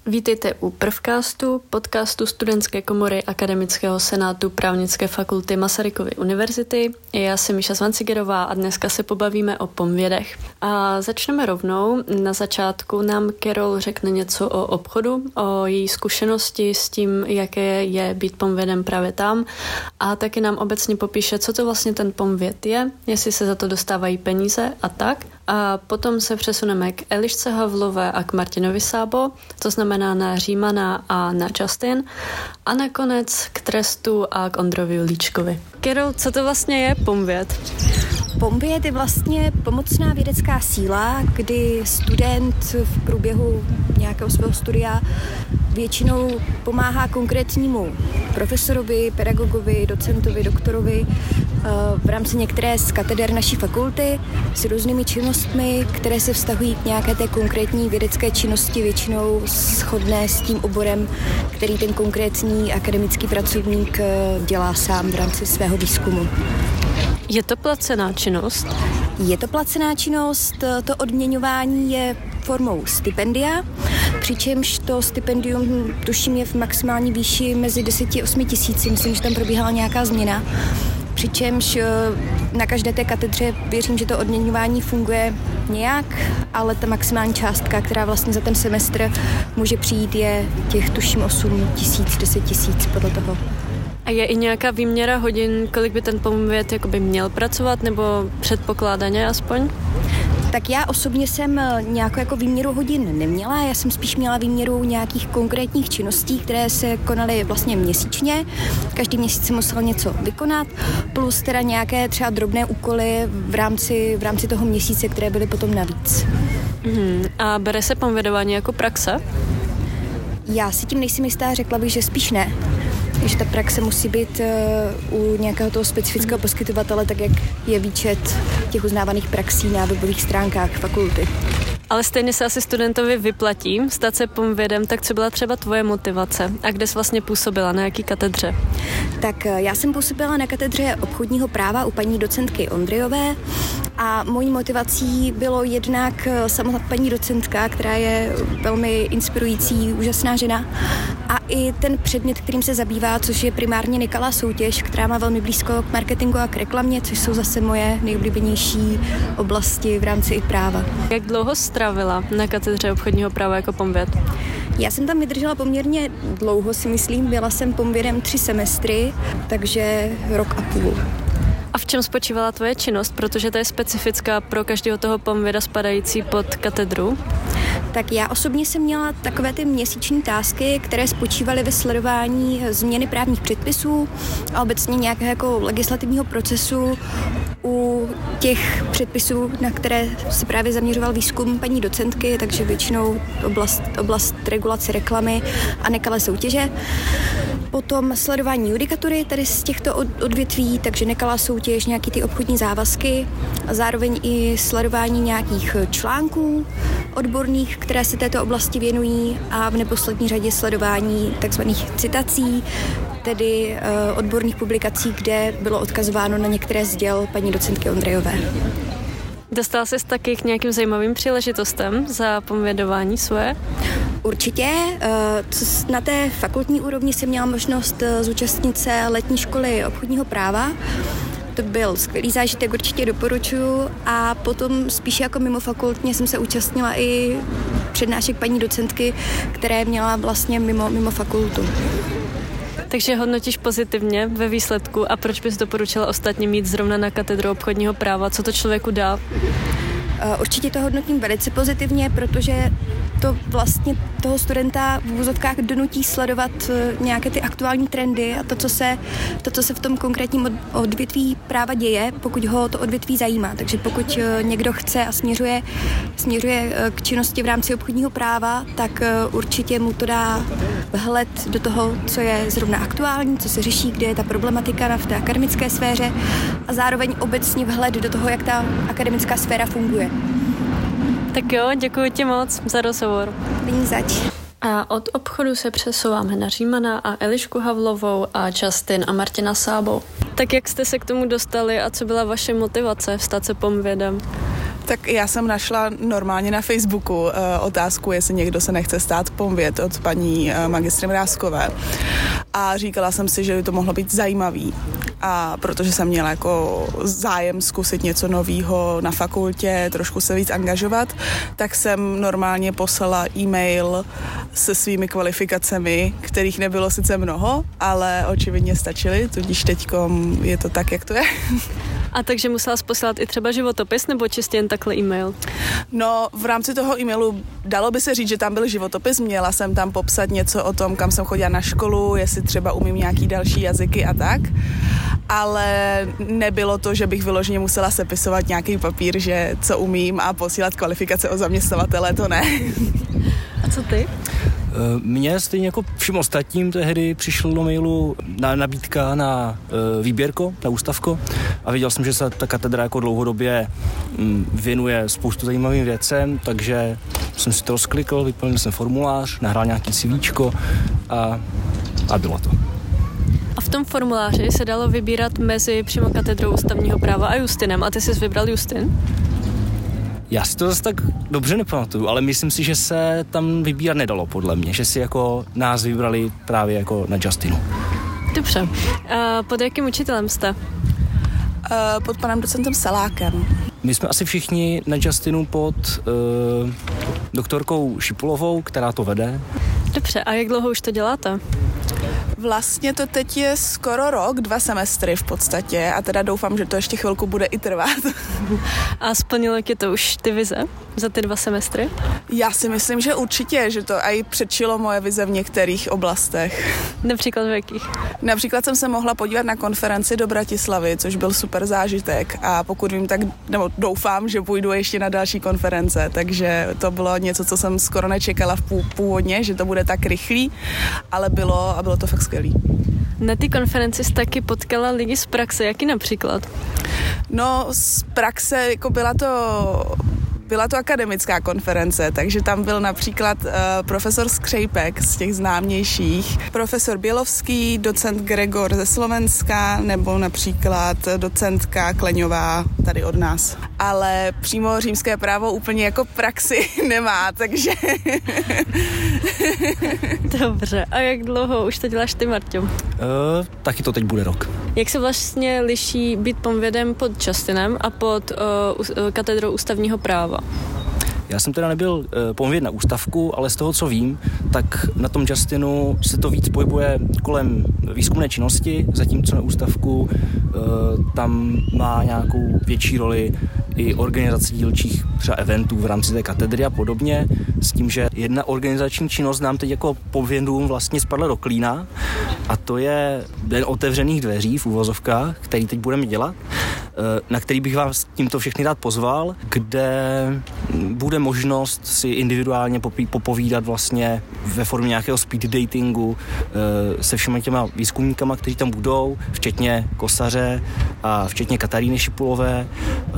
Vítejte u Prvcastu, podcastu Studentské komory Akademického senátu Právnické fakulty Masarykovy univerzity. Já jsem Míša Zvancigerová a dneska se pobavíme o pomvědech. A začneme rovnou. Na začátku nám Carol řekne něco o obchodu, o její zkušenosti s tím, jaké je být pomvědem právě tam, a taky nám obecně popíše, co to vlastně ten pomvěd je, jestli se za to dostávají peníze a tak. A potom se přesuneme k Elišce Havlové a k Martinovi Sábo, to znamená na Římana a na Justin, a nakonec k trestu a k Ondrovi Julíčkovi. Carol, co to vlastně je pomvěd? Pomvěd je vlastně pomocná vědecká síla, kdy student v průběhu nějakého svého studia většinou pomáhá konkrétnímu profesorovi, pedagogovi, docentovi, doktorovi v rámci některé z kateder naší fakulty s různými činnostmi, které se vztahují k nějaké té konkrétní vědecké činnosti, většinou shodné s tím oborem, který ten konkrétní akademický pracovník dělá sám v rámci svého výzkumu. Je to placená činnost? Je to placená činnost, to odměňování je formou stipendia, přičemž to stipendium, tuším, je v maximální výši mezi 10 a 8 tisíci, myslím, že tam probíhala nějaká změna. Přičemž na každé té katedře věřím, že to odměňování funguje nějak, ale ta maximální částka, která vlastně za ten semestr může přijít, je těch tuším 8 tisíc, 10 tisíc podle toho. A je i nějaká výměra hodin, kolik by ten pomvěd jakoby měl pracovat, nebo předpokládaně aspoň? Tak já osobně jsem nějakou jako výměru hodin neměla, já jsem spíš měla výměru nějakých konkrétních činností, které se konaly vlastně měsíčně. Každý měsíc jsem musela něco vykonat, plus teda nějaké třeba drobné úkoly v rámci toho měsíce, které byly potom navíc. A bere se pomvědování jako praxe? Já si tím nejsem jistá, řekla bych, že spíš ne. Že ta praxe musí být u nějakého toho specifického poskytovatele, tak jak je výčet těch uznávaných praxí na webových stránkách fakulty. Ale stejně se asi studentovi vyplatí stát se pomvědem, tak co byla třeba tvoje motivace? A kde jsi vlastně působila, na jaký katedře? Tak já jsem působila na katedře obchodního práva u paní docentky Ondřejové a mojí motivací bylo jednak samotná paní docentka, která je velmi inspirující, úžasná žena, a i ten předmět, kterým se zabývá, což je primárně nekalá soutěž, která má velmi blízko k marketingu a k reklamě, což jsou zase moje nejoblíbenější oblasti v rámci i práva. Jak dlouho strávila na katedře obchodního práva jako pomvěd? Já jsem tam vydržela poměrně dlouho, si myslím. Byla jsem pomvědem 3 semestry, takže rok a půl. A v čem spočívala tvoje činnost, protože to je specifická pro každého toho pomvěda spadající pod katedru? Tak já osobně jsem měla takové ty měsíční tásky, které spočívaly ve sledování změny právních předpisů a obecně nějakého jako legislativního procesu u těch předpisů, na které se právě zaměřoval výzkum paní docentky, takže většinou oblast regulace reklamy a nekalé soutěže. Potom sledování judikatury tady z těchto odvětví, takže nekalá soutěž, nějaký ty obchodní závazky a zároveň i sledování nějakých článků odborných, které se této oblasti věnují, a v neposlední řadě sledování takzvaných citací, tedy odborných publikací, kde bylo odkazováno na některé z děl paní docentky Ondřejové. Dostala jsi taky k nějakým zajímavým příležitostem za pomvědování svoje? Určitě. Na té fakultní úrovni jsem měla možnost zúčastnit se letní školy obchodního práva. To byl skvělý zážitek, určitě doporučuji. A potom spíše jako mimo fakultně jsem se účastnila i přednášek paní docentky, které měla vlastně mimo fakultu. Takže hodnotíš pozitivně ve výsledku, a proč bys doporučila ostatním mít zrovna na katedru obchodního práva? Co to člověku dá? Určitě to hodnotím velice pozitivně, protože to vlastně toho studenta v úvozovkách donutí sledovat nějaké ty aktuální trendy a to, co se v tom konkrétním odvětví práva děje, pokud ho to odvětví zajímá. Takže pokud někdo chce a směřuje k činnosti v rámci obchodního práva, tak určitě mu to dá vhled do toho, co je zrovna aktuální, co se řeší, kde je ta problematika v té akademické sféře, a zároveň obecně vhled do toho, jak ta akademická sféra funguje. Tak jo, děkuji ti moc za rozhovor. Není zač. A od obchodu se přesouváme na Římana a Elišku Havlovou a Justin a Martina Sábou. Tak jak jste se k tomu dostali a co byla vaše motivace stát se pomvědem? Tak já jsem našla normálně na Facebooku otázku, jestli někdo se nechce stát pomvěd od paní magistry Mrázkové. A říkala jsem si, že by to mohlo být zajímavý. A protože jsem měla jako zájem zkusit něco nového na fakultě, trošku se víc angažovat, tak jsem normálně poslala e-mail se svými kvalifikacemi, kterých nebylo sice mnoho, ale očividně stačily, tudíž teďkom je to tak, jak to je. A takže musela poslat i třeba životopis nebo čistě jen takhle e-mail? No, v rámci toho e-mailu dalo by se říct, že tam byl životopis, měla jsem tam popsat něco o tom, kam jsem chodila na školu, jestli třeba umím nějaký další jazyky a tak, ale nebylo to, že bych vyloženě musela sepisovat nějaký papír, že co umím a posílat kvalifikace o zaměstnavatele, to ne. A co ty? Mně stejně jako všem ostatním tehdy přišlo do mailu nabídka na výběrko, na ústavko a viděl jsem, že se ta katedra jako dlouhodobě věnuje spoustu zajímavým věcem, takže jsem si to rozklikl, vyplnil jsem formulář, nahrál nějaký CVčko a bylo to. A v tom formuláři se dalo vybírat mezi přímo katedrou ústavního práva a Justinem. A ty jsi vybral Justin? Já si to zase tak dobře nepamatuju, ale myslím si, že se tam vybírat nedalo podle mě, že si jako nás vybrali právě jako na Justinu. Dobře. A pod jakým učitelem jste? Pod panem docentem Salákem. My jsme asi všichni na Justinu pod doktorkou Šipulovou, která to vede. Dobře, a jak dlouho už to děláte? Vlastně to teď je skoro rok, 2 semestry v podstatě a teda doufám, že to ještě chvilku bude i trvat. A splnilo je to už ty vize za ty 2 semestry? Já si myslím, že určitě, že to i předčilo moje vize v některých oblastech. Například v jakých? Například jsem se mohla podívat na konferenci do Bratislavy, což byl super zážitek a pokud vím, tak nebo doufám, že půjdu ještě na další konference, takže to bylo něco, co jsem skoro nečekala původně, že to bude tak rychlý, ale bylo to fakt skvělý. Na ty konferenci jsi taky potkala lidi z praxe, jaký například? No, z praxe, jako byla to akademická konference, takže tam byl například profesor Skřejpek z těch známějších, profesor Bělovský, docent Gregor ze Slovenska nebo například docentka Kleňová tady od nás. Ale přímo římské právo úplně jako praxi nemá, takže... Dobře, a jak dlouho už to děláš ty, Marťo? Taky to teď bude rok. Jak se vlastně liší být pomvědem pod Justinem a pod katedrou ústavního práva? Já jsem teda nebyl pomvěd na ústavku, ale z toho, co vím, tak na tom Justinu se to víc pohybuje kolem výzkumné činnosti, zatímco na ústavku tam má nějakou větší roli i organizace dílčích třeba eventů v rámci té katedry a podobně, s tím, že jedna organizační činnost nám teď jako pomvědům vlastně spadla do klína a to je den otevřených dveří v uvozovkách, který teď budeme dělat, na který bych vás tímto všechny rád pozval, kde bude možnost si individuálně popovídat vlastně ve formě nějakého speed datingu se všemi těma výzkumníkama, kteří tam budou, včetně Kosaře a včetně Kataríny Šipulové.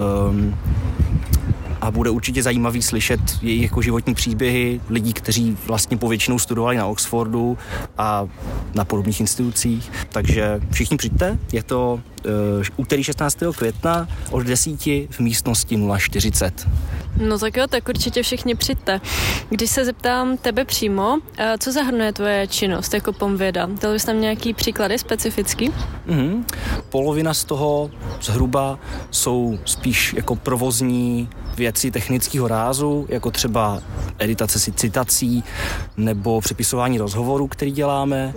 A bude určitě zajímavý slyšet jejich jako životní příběhy lidí, kteří vlastně povětšinou studovali na Oxfordu a na podobných institucích. Takže všichni přijďte, je to úterý 16. května od 10 v místnosti 040. No tak jo, tak určitě všichni přijďte. Když se zeptám tebe přímo, co zahrnuje tvoje činnost jako pomvěda? Dal bys tam nějaký příklady specifický? Polovina z toho zhruba jsou spíš jako provozní věci technického rázu, jako třeba editace citací nebo přepisování rozhovorů, který děláme.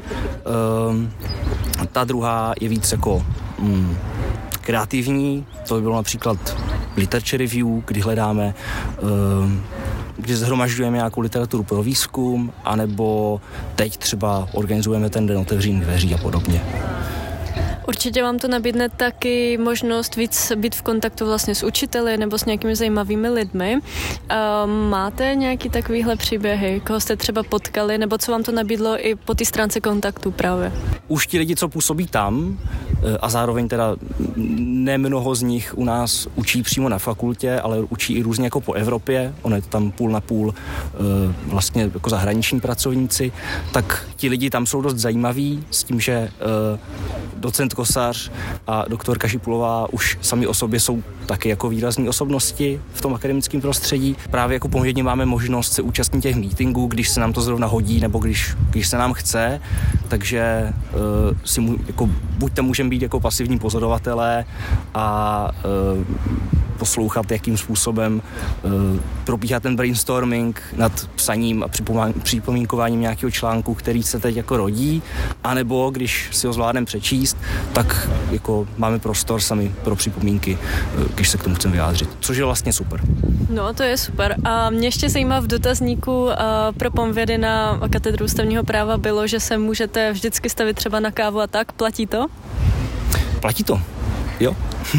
Ta druhá je víc jako kreativní, to by bylo například literature review, kdy hledáme, kdy zhromažďujeme nějakou literaturu pro výzkum, anebo teď třeba organizujeme ten den otevřených dveří a podobně. Určitě vám to nabídne taky možnost víc být v kontaktu vlastně s učiteli nebo s nějakými zajímavými lidmi. Máte nějaký takovýhle příběhy, koho jste třeba potkali, nebo co vám to nabídlo i po té stránce kontaktu právě? Už ti lidi, co působí tam, a zároveň teda nemnoho z nich u nás učí přímo na fakultě, ale učí i různě jako po Evropě, ono je to tam půl na půl vlastně jako zahraniční pracovníci, tak ti lidi tam jsou dost zajímaví s tím, že docent Kosař a doktorka Šipulová už sami o sobě jsou taky jako výrazní osobnosti v tom akademickém prostředí. Právě jako poměrně máme možnost se účastnit těch meetingů, když se nám to zrovna hodí nebo když se nám chce, takže jako, buď tam můžeme být jako pasivní pozorovatelé a poslouchat, jakým způsobem probíhá ten brainstorming nad psaním a připomínkováním nějakého článku, který se teď jako rodí, anebo když si ho zvládneme přečíst, tak jako máme prostor sami pro připomínky, když se k tomu chceme vyjádřit, což je vlastně super. No, to je super. A mě ještě zajímá v dotazníku pro pomvědy na katedru ústavního práva bylo, že se můžete vždycky stavit třeba na kávu a tak. Platí to? Platí to, jo.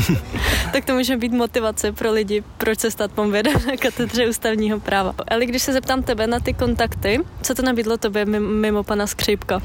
Tak to může být motivace pro lidi, proč se stát pomvěda na katedře ústavního práva. Eli, když se zeptám tebe na ty kontakty, co to nabídlo tobě mimo pana Skřípka?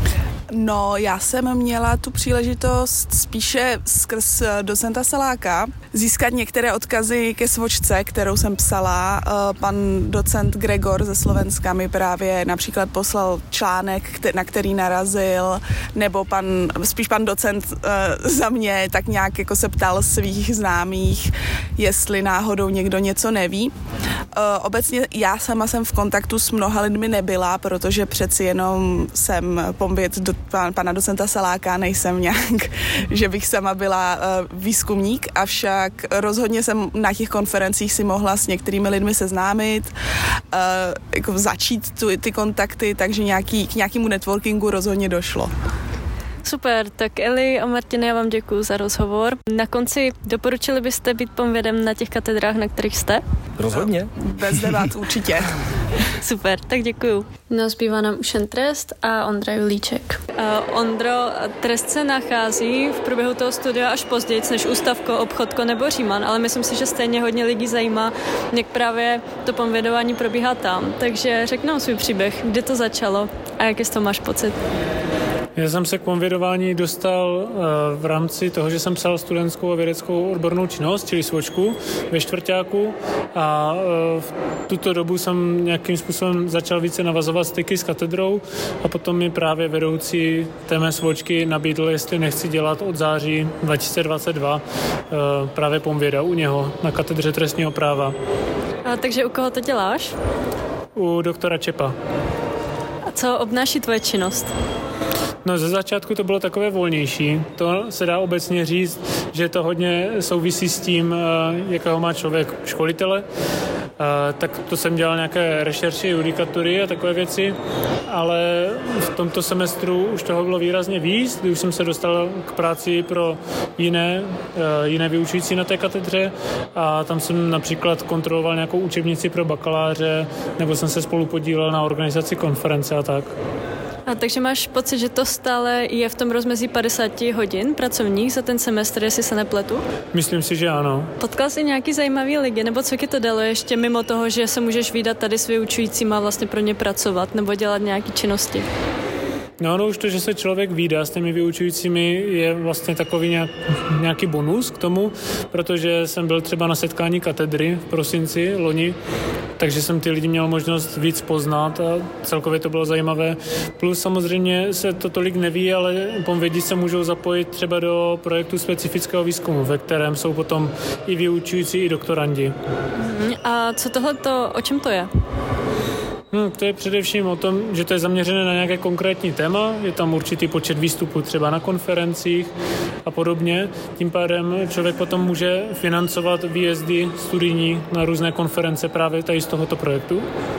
No, já jsem měla tu příležitost spíše skrz docenta Saláka získat některé odkazy ke svočce, kterou jsem psala. Pan docent Gregor ze Slovenska mi právě například poslal článek, na který narazil, nebo spíš pan docent za mě tak nějak jako se ptal svých známých, jestli náhodou někdo něco neví. Obecně já sama jsem v kontaktu s mnoha lidmi nebyla, protože přeci jenom jsem pomvěd pana docenta Saláka, nejsem nějak, že bych sama byla výzkumník, avšak rozhodně jsem na těch konferencích si mohla s některými lidmi seznámit, jako začít ty kontakty, takže k nějakému networkingu rozhodně došlo. Super, tak Eli a Martina, já vám děkuju za rozhovor. Na konci doporučili byste být pomvědem na těch katedrách, na kterých jste? Rozhodně. Bez debat, určitě. Super, tak děkuju. No, zbývá nám už jen Trest a Ondra Julíček. Ondro, Trest se nachází v průběhu toho studia až později, než Ústavko, Obchodko nebo Říman, ale myslím si, že stejně hodně lidí zajímá, jak právě to pomvědování probíhá tam. Takže řekni nám svůj příběh, kdy to začalo a jaký z toho máš pocit? Já jsem se k pomvědování dostal v rámci toho, že jsem psal studentskou a vědeckou odbornou činnost, čili svočku ve čtvrťáku a v tuto dobu jsem nějakým způsobem začal více navazovat styky s katedrou a potom mi právě vedoucí té mé svočky nabídl, jestli nechci dělat od září 2022 právě pomvěda u něho na katedře trestního práva. A takže u koho to děláš? U doktora Čepa. A co obnáší tvoje činnost? No, ze začátku to bylo takové volnější. To se dá obecně říct, že to hodně souvisí s tím, jakého má člověk školitele. Tak to jsem dělal nějaké rešerše, judikatury a takové věci, ale v tomto semestru už toho bylo výrazně víc, kdy už jsem se dostal k práci pro jiné vyučující na té katedře a tam jsem například kontroloval nějakou učebnici pro bakaláře nebo jsem se spolu podílel na organizaci konference a tak. A takže máš pocit, že to stále je v tom rozmezí 50 hodin pracovních za ten semestr, jestli se nepletu? Myslím si, že ano. Potkal jsi nějaký zajímavý lidi, nebo co ti to dalo ještě mimo toho, že se můžeš vídat tady s vyučujícíma vlastně pro ně pracovat nebo dělat nějaké činnosti? No, už to, že se člověk vídá s těmi vyučujícími, je vlastně takový nějaký bonus k tomu, protože jsem byl třeba na setkání katedry v prosinci loni, takže jsem ty lidi měl možnost víc poznat a celkově to bylo zajímavé. Plus samozřejmě se to tolik neví, ale pomvědi se můžou zapojit třeba do projektu specifického výzkumu, ve kterém jsou potom i vyučující, i doktorandi. A co tohleto, o čem to je? To je především o tom, že to je zaměřené na nějaké konkrétní téma, je tam určitý počet výstupů třeba na konferencích a podobně. Tím pádem člověk potom může financovat výjezdy studijní na různé konference právě tady z tohoto projektu.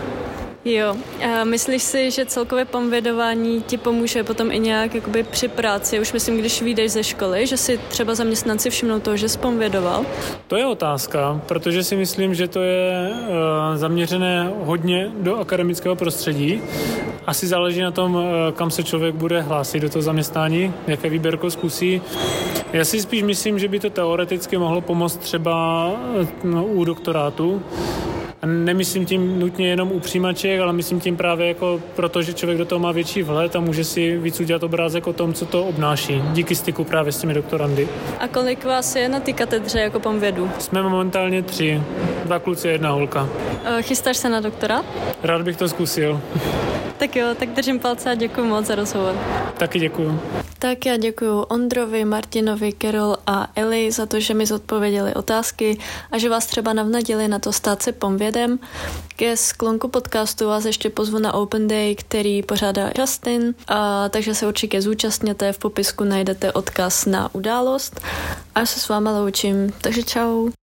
Jo, a myslíš si, že celkově pomvědování ti pomůže potom i nějak jakoby při práci? Už myslím, když vyjdeš ze školy, že si třeba zaměstnanci všimnou toho, že jsi pomvědoval? To je otázka, protože si myslím, že to je zaměřené hodně do akademického prostředí. Asi záleží na tom, kam se člověk bude hlásit do toho zaměstnání, jaké výběrko zkusí. Já si spíš myslím, že by to teoreticky mohlo pomoct třeba u doktorátu. Nemyslím tím nutně jenom u přijímaček, ale myslím tím právě jako proto, že člověk do toho má větší vhled a může si víc udělat obrázek o tom, co to obnáší, díky styku právě s těmi doktorandy. A kolik vás je na té katedře jako pomvědu? Jsme momentálně 3, 2 kluci a 1 holka. Chystáš se na doktorát? Rád bych to zkusil. Tak jo, tak držím palce a děkuji moc za rozhovor. Taky děkuju. Tak já děkuji Ondrovi, Martinovi, Karol a Eli za to, že mi zodpověděli otázky a že vás třeba navnadili na to stát se pomvědem. Ke sklonku podcastu vás ještě pozvu na Open Day, který pořádá Justin, takže se určitě zúčastněte, v popisku najdete odkaz na událost a já se s váma loučím, takže čau.